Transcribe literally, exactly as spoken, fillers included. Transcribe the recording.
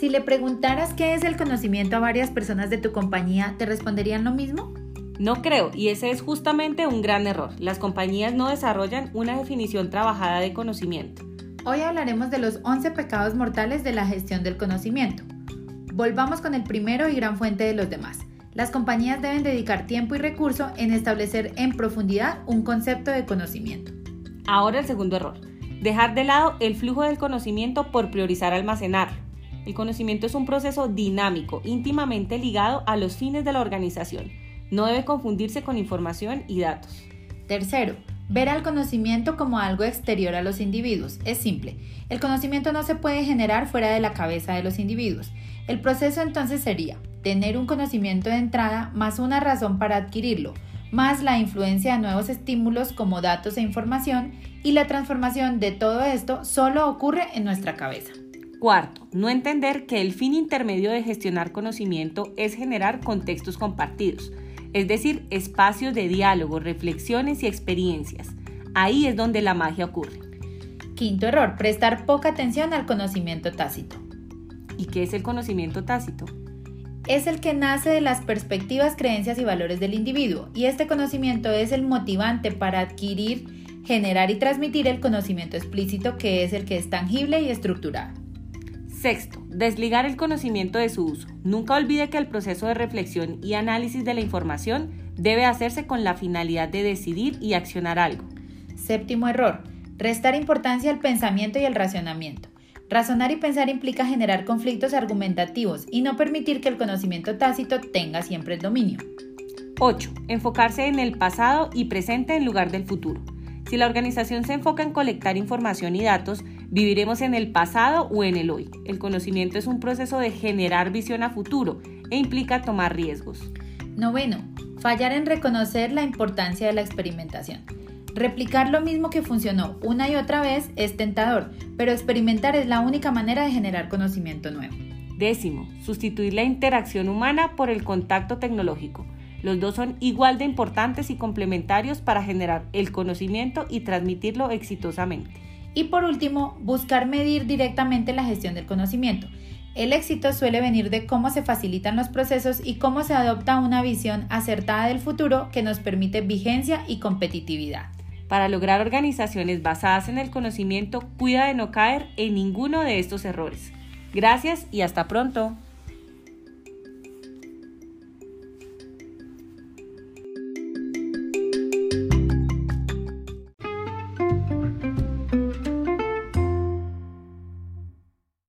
Si le preguntaras qué es el conocimiento a varias personas de tu compañía, ¿te responderían lo mismo? No creo, y ese es justamente un gran error. Las compañías no desarrollan una definición trabajada de conocimiento. Hoy hablaremos de los once pecados mortales de la gestión del conocimiento. Volvamos con el primero y gran fuente de los demás. Las compañías deben dedicar tiempo y recurso en establecer en profundidad un concepto de conocimiento. Ahora el segundo error. Dejar de lado el flujo del conocimiento por priorizar almacenarlo. El conocimiento es un proceso dinámico, íntimamente ligado a los fines de la organización. No debe confundirse con información y datos. Tercero, ver al conocimiento como algo exterior a los individuos. Es simple. El conocimiento no se puede generar fuera de la cabeza de los individuos. El proceso entonces sería tener un conocimiento de entrada más una razón para adquirirlo, más la influencia de nuevos estímulos como datos e información, y la transformación de todo esto solo ocurre en nuestra cabeza. Cuarto, no entender que el fin intermedio de gestionar conocimiento es generar contextos compartidos, es decir, espacios de diálogo, reflexiones y experiencias. Ahí es donde la magia ocurre. Quinto error, prestar poca atención al conocimiento tácito. ¿Y qué es el conocimiento tácito? Es el que nace de las perspectivas, creencias y valores del individuo, y este conocimiento es el motivante para adquirir, generar y transmitir el conocimiento explícito, que es el que es tangible y estructurado. Sexto, desligar el conocimiento de su uso. Nunca olvide que el proceso de reflexión y análisis de la información debe hacerse con la finalidad de decidir y accionar algo. Séptimo error, restar importancia al pensamiento y al razonamiento. Razonar y pensar implica generar conflictos argumentativos y no permitir que el conocimiento tácito tenga siempre el dominio. ocho. Enfocarse en el pasado y presente en lugar del futuro. Si la organización se enfoca en colectar información y datos, viviremos en el pasado o en el hoy. El conocimiento es un proceso de generar visión a futuro e implica tomar riesgos. Noveno, fallar en reconocer la importancia de la experimentación. Replicar lo mismo que funcionó una y otra vez es tentador, pero experimentar es la única manera de generar conocimiento nuevo. Décimo, sustituir la interacción humana por el contacto tecnológico. Los dos son igual de importantes y complementarios para generar el conocimiento y transmitirlo exitosamente. Y por último, buscar medir directamente la gestión del conocimiento. El éxito suele venir de cómo se facilitan los procesos y cómo se adopta una visión acertada del futuro que nos permite vigencia y competitividad. Para lograr organizaciones basadas en el conocimiento, cuida de no caer en ninguno de estos errores. Gracias y hasta pronto.